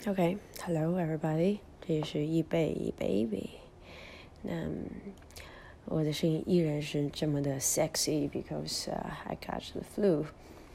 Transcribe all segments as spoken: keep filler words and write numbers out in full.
Okay, hello everybody. 这里是易贝易 baby. 那我的声音依然是这么的 sexy because、uh, I got the flu.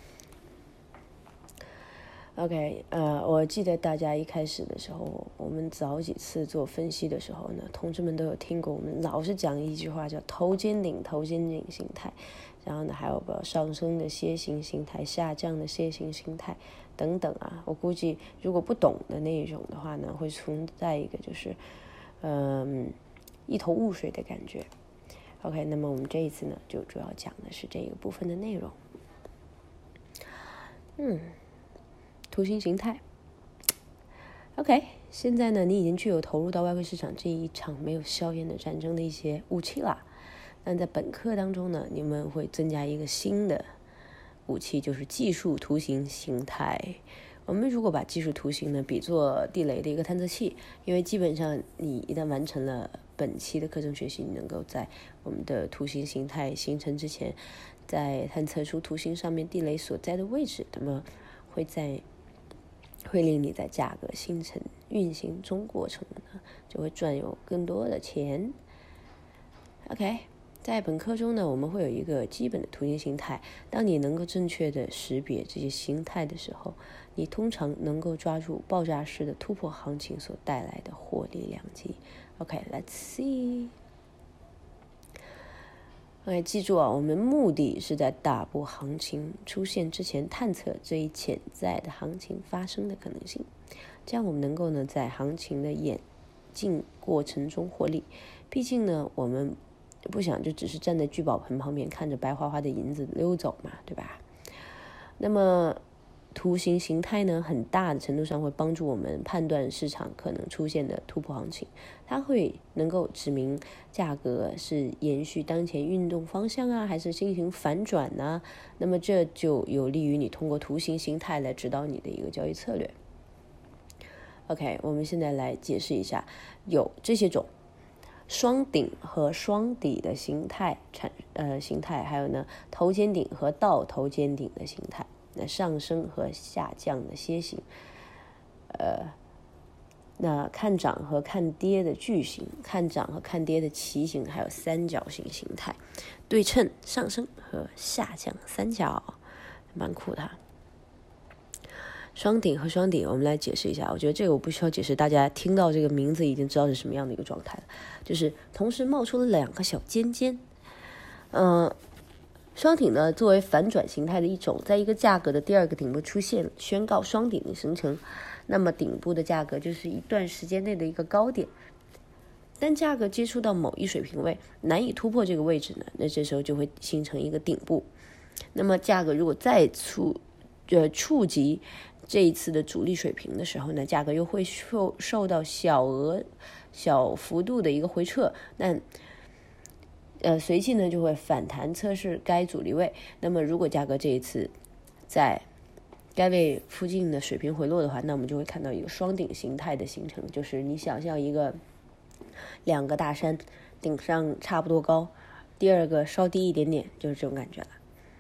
OK, 呃，我记得大家一开始的时候，我们早几次做分析的时候呢，同志们都有听过，我们老是讲一句话叫头肩顶头肩顶形态，然后呢还有个上升的楔形形态，下降的楔形形态等等啊。我估计如果不懂的那种的话呢，会存在一个就是嗯一头雾水的感觉。OK, 那么我们这一次呢就主要讲的是这个部分的内容。嗯图形形态 OK, 现在呢你已经具有投入到外汇市场这一场没有硝烟的战争的一些武器了。那在本课当中呢，你们会增加一个新的武器，就是技术图形形态。我们如果把技术图形呢比作地雷的一个探测器，因为基本上你一旦完成了本期的课程学习，你能够在我们的图形形态形成之前，在探测出图形上面地雷所在的位置，那么会在会令你在价格形成运行中过程呢就会赚有更多的钱。 OK, 在本课中呢，我们会有一个基本的图形形态。当你能够正确的识别这些形态的时候，你通常能够抓住爆炸式的突破行情所带来的获利良机。 OK, let's see. OK, 记住啊，我们目的是在大波行情出现之前探测这一潜在的行情发生的可能性，这样我们能够呢在行情的演进过程中获利。毕竟呢我们不想就只是站在聚宝盆旁边看着白花花的银子溜走嘛，对吧？那么图形形态呢很大的程度上会帮助我们判断市场可能出现的突破行情，它会能够指明价格是延续当前运动方向啊，还是进行反转啊，那么这就有利于你通过图形形态来指导你的一个交易策略。 OK, 我们现在来解释一下，有这些种双顶和双底的形态产呃形态，还有呢头肩顶和倒头肩顶的形态，那上升和下降的楔形，呃，那看涨和看跌的矩形，看涨和看跌的旗形，还有三角形形态，对称上升和下降三角，蛮酷的。双顶和双底我们来解释一下，我觉得这个我不需要解释，大家听到这个名字已经知道是什么样的一个状态了，就是同时冒出了两个小尖尖。嗯、呃，双顶呢作为反转形态的一种，在一个价格的第二个顶部出现，宣告双顶的形成，那么顶部的价格就是一段时间内的一个高点，但价格接触到某一水平位难以突破这个位置呢，那这时候就会形成一个顶部。那么价格如果再触呃触及这一次的阻力水平的时候呢，价格又会受受到小额小幅度的一个回撤，那呃随即呢就会反弹测试该阻力位。那么如果价格这一次在该位附近的水平回落的话，那我们就会看到一个双顶形态的形成，就是你想象一个两个大山，顶上差不多高，第二个稍低一点点，就是这种感觉了。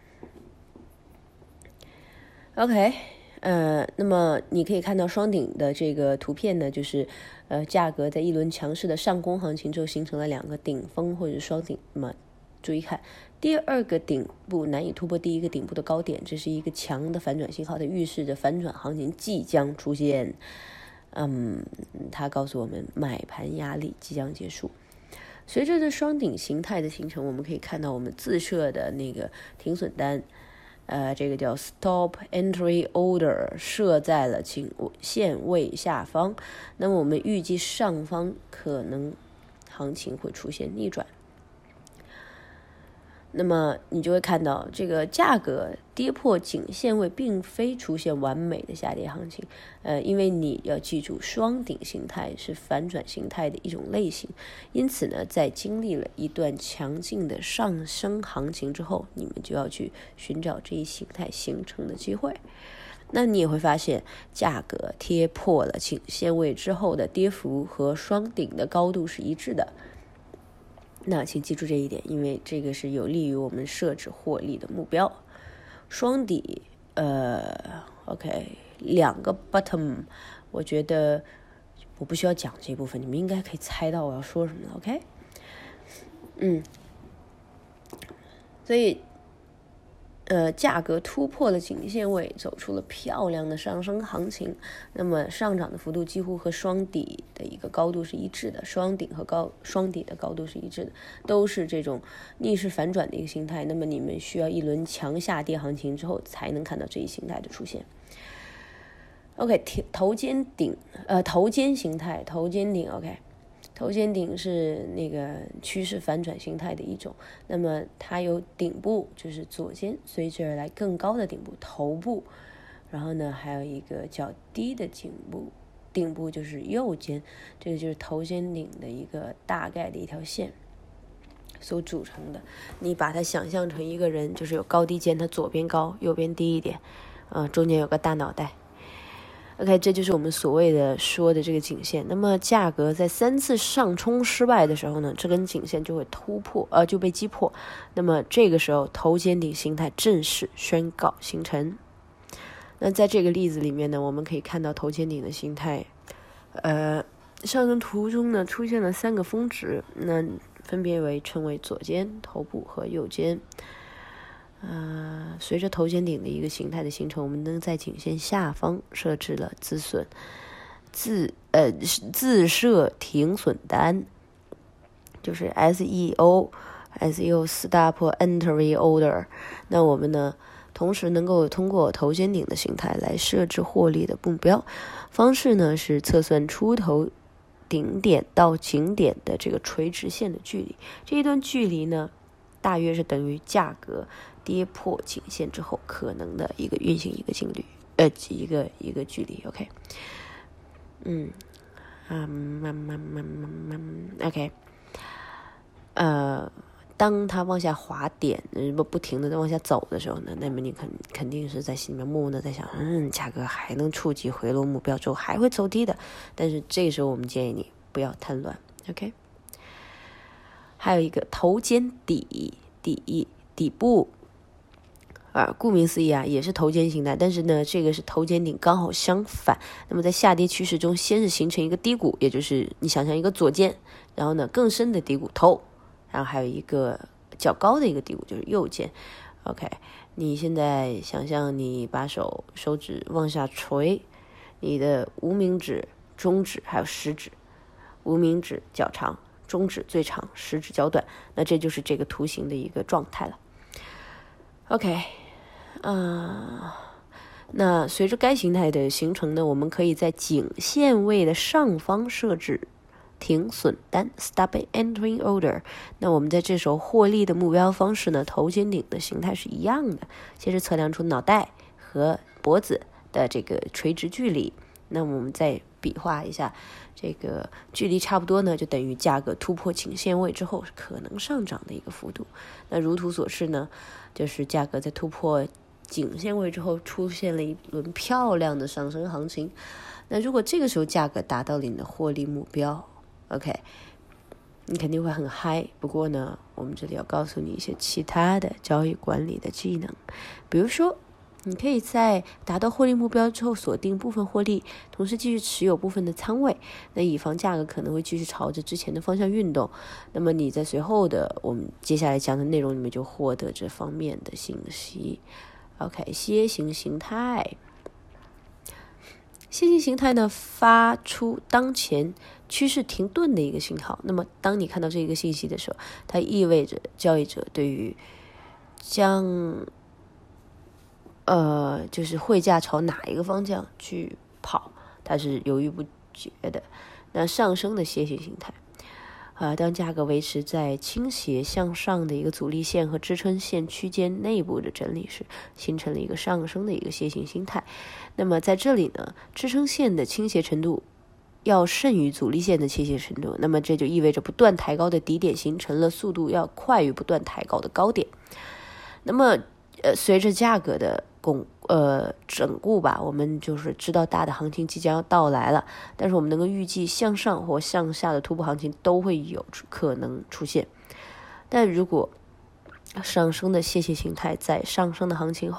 OK, 呃，那么你可以看到双顶的这个图片呢，就是呃价格在一轮强势的上攻行情之后形成了两个顶峰或者双顶。那么注意看，第二个顶部难以突破第一个顶部的高点，这是一个强的反转信号，它预示着反转行情即将出现。嗯，它告诉我们买盘压力即将结束。随着这双顶形态的形成，我们可以看到我们自设的那个停损单。呃，这个叫 Stop Entry Order 设在了颈线位下方，那么我们预计上方可能行情会出现逆转。那么你就会看到这个价格跌破颈线位并非出现完美的下跌行情，呃，因为你要记住双顶形态是反转形态的一种类型，因此呢在经历了一段强劲的上升行情之后，你们就要去寻找这一形态形成的机会。那你也会发现价格贴破了颈线位之后的跌幅和双顶的高度是一致的，那请记住这一点，因为这个是有利于我们设置获利的目标。双底呃 OK 两个 bottom 我觉得我不需要讲这一部分，你们应该可以猜到我要说什么了 OK。 嗯，所以呃，价格突破了颈线位，走出了漂亮的上升行情。那么上涨的幅度几乎和双底的一个高度是一致的，双顶和高双底的高度是一致的，都是这种逆势反转的一个形态。那么你们需要一轮强下跌行情之后，才能看到这一形态的出现。OK， 头肩顶，呃，头肩形态，头肩顶 ，OK。头肩顶是那个趋势反转形态的一种，那么它有顶部，就是左肩随之而来更高的顶部，头部，然后呢还有一个较低的颈部，顶部就是右肩，这个就是头肩顶的一个大概的一条线所组成的。你把它想象成一个人，就是有高低肩，它左边高，右边低一点，呃，中间有个大脑袋。OK， 这就是我们所谓的说的这个颈线。那么价格在三次上冲失败的时候呢，这根颈线就会突破，呃，就被击破。那么这个时候头肩顶形态正式宣告形成。那在这个例子里面呢，我们可以看到头肩顶的形态，呃，上升图中呢出现了三个峰值，那分别为称为左肩、头部和右肩。呃，随着头肩顶的一个形态的形成，我们能在颈线下方设置了止损自呃自设停损单，就是 S E O S E O Stop Entry Order。那我们呢，同时能够通过头肩顶的形态来设置获利的目标方式呢，是测算出头顶点到颈点的这个垂直线的距离。这一段距离呢，大约是等于价格跌破颈线之后可能的一个运行一个径率，呃，一个一个距离 ，OK， 嗯，啊，慢慢慢慢慢 ，OK， 呃，当它往下滑点，不不停的往下走的时候呢，那么你肯肯定是在心里面默默的在想，嗯，价格还能触及回落目标之后还会走低的，但是这个时候我们建议你不要贪乱 ，OK。还有一个头肩底底底部。啊，顾名思义啊，也是头肩形态，但是呢，这个是头肩顶刚好相反。那么在下跌趋势中，先是形成一个低谷，也就是你想象一个左肩，然后呢更深的低谷头，然后还有一个较高的一个低谷，就是右肩。OK， 你现在想象你把手手指往下垂，你的无名指、中指还有食指，无名指较长，中指最长，食指较短，那这就是这个图形的一个状态了。OK， 呃，那随着该形态的形成呢，我们可以在颈线位的上方设置停损单 Stop Entering Order。那我们在这时候获利的目标方式呢，头肩顶的形态是一样的，先是测量出脑袋和脖子的这个垂直距离。那么我们再比划一下，这个距离差不多呢，就等于价格突破颈线位之后可能上涨的一个幅度。那如图所示呢，就是价格在突破颈线位之后出现了一轮漂亮的上升行情。那如果这个时候价格达到了你的获利目标 ，OK， 你肯定会很嗨。不过呢，我们这里要告诉你一些其他的交易管理的技能，比如说。你可以在达到获利目标之后锁定部分获利，同时继续持有部分的仓位，那以防价格可能会继续朝着之前的方向运动。那么你在随后的我们接下来讲的内容里面就获得这方面的信息。OK， 楔形形态，楔形形态呢发出当前趋势停顿的一个信号。那么当你看到这个信息的时候，它意味着交易者对于将呃，就是汇价朝哪一个方向去跑，它是犹豫不决的。那上升的楔形形态，啊、呃，当价格维持在倾斜向上的一个阻力线和支撑线区间内部的整理时，形成了一个上升的一个楔形形态。那么在这里呢，支撑线的倾斜程度要胜于阻力线的倾斜程度，那么这就意味着不断抬高的底点形成了速度要快于不断抬高的高点。那么，呃，随着价格的巩呃整固吧，我们就是知道大的行情即将要到来了，但是我们能够预计向上或向下的突破行情都会有可能出现。但如果上升的楔形形态在上升的行情后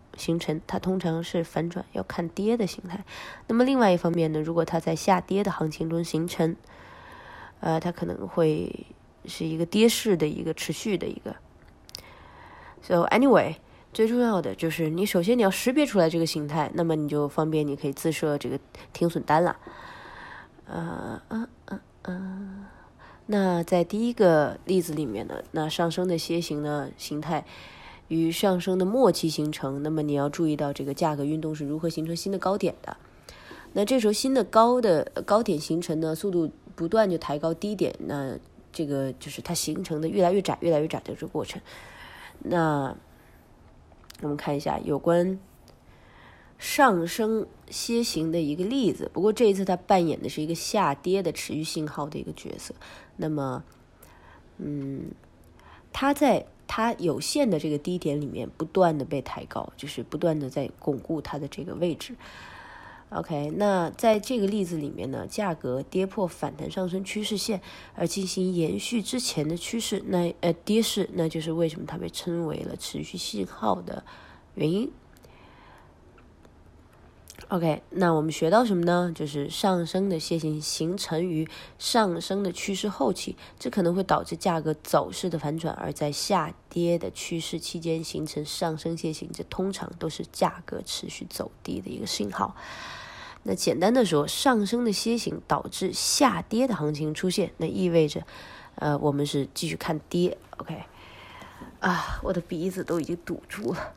形成，它通常是反转要看跌的形态。那么另外一方面呢，如果它在下跌的行情中形成，呃，它可能会是一个跌势的一个持续的一个。So anyway， 最重要的就是你首先你要识别出来这个形态，那么你就方便你可以自设这个停损单了。呃呃呃呃，那在第一个例子里面呢，那上升的楔形呢形态与上升的末期形成，那么你要注意到这个价格运动是如何形成新的高点的。那这时候新的高的高点形成呢，速度不断就抬高低点，那这个就是它形成的越来越窄越来越窄的这个过程。那我们看一下有关上升楔形的一个例子，不过这一次它扮演的是一个下跌的持续信号的一个角色。那么嗯，它在它有限的这个低点里面不断的被抬高，就是不断的在巩固它的这个位置。OK， 那在这个例子里面呢，价格跌破反弹上升趋势线而进行延续之前的趋势，那呃跌势，那就是为什么它被称为了持续信号的原因。OK， 那我们学到什么呢？就是上升的楔形形成于上升的趋势后期，这可能会导致价格走势的反转，而在下跌的趋势期间形成上升楔形，这通常都是价格持续走低的一个信号。那简单的说，上升的楔形导致下跌的行情出现，那意味着呃我们是继续看跌。 OK 啊，我的鼻子都已经堵住了。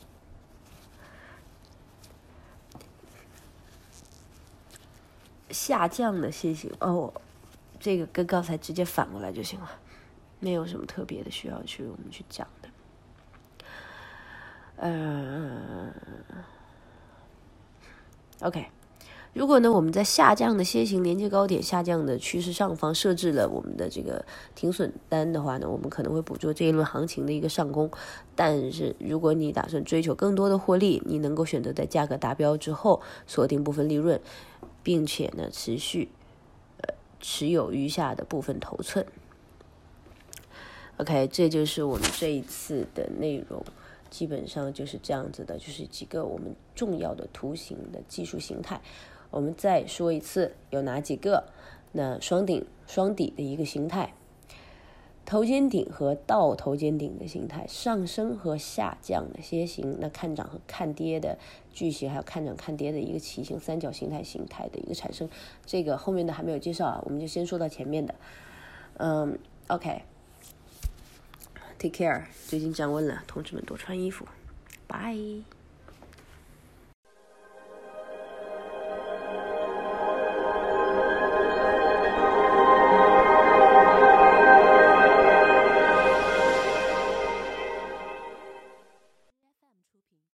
下降的楔形哦，这个跟刚才直接反过来就行了，没有什么特别的需要去我们去讲的。呃 OK， 如果呢我们在下降的楔形连接高点下降的趋势上方设置了我们的这个停损单的话呢，我们可能会捕捉这一轮行情的一个上攻。但是如果你打算追求更多的获利，你能够选择在价格达标之后锁定部分利润，并且呢持续呃持有余下的部分头寸。 OK， 这就是我们这一次的内容，基本上就是这样子的，就是几个我们重要的图形的技术形态。我们再说一次有哪几个？那双顶双底的一个形态，头肩顶和倒头肩顶的形态，上升和下降的楔形，那看涨和看跌的矩形，还有看涨看跌的一个旗形三角形态形态的一个产生。这个后面的还没有介绍啊，我们就先说到前面的。嗯 OK， take care， 最近降温了，同志们多穿衣服，拜。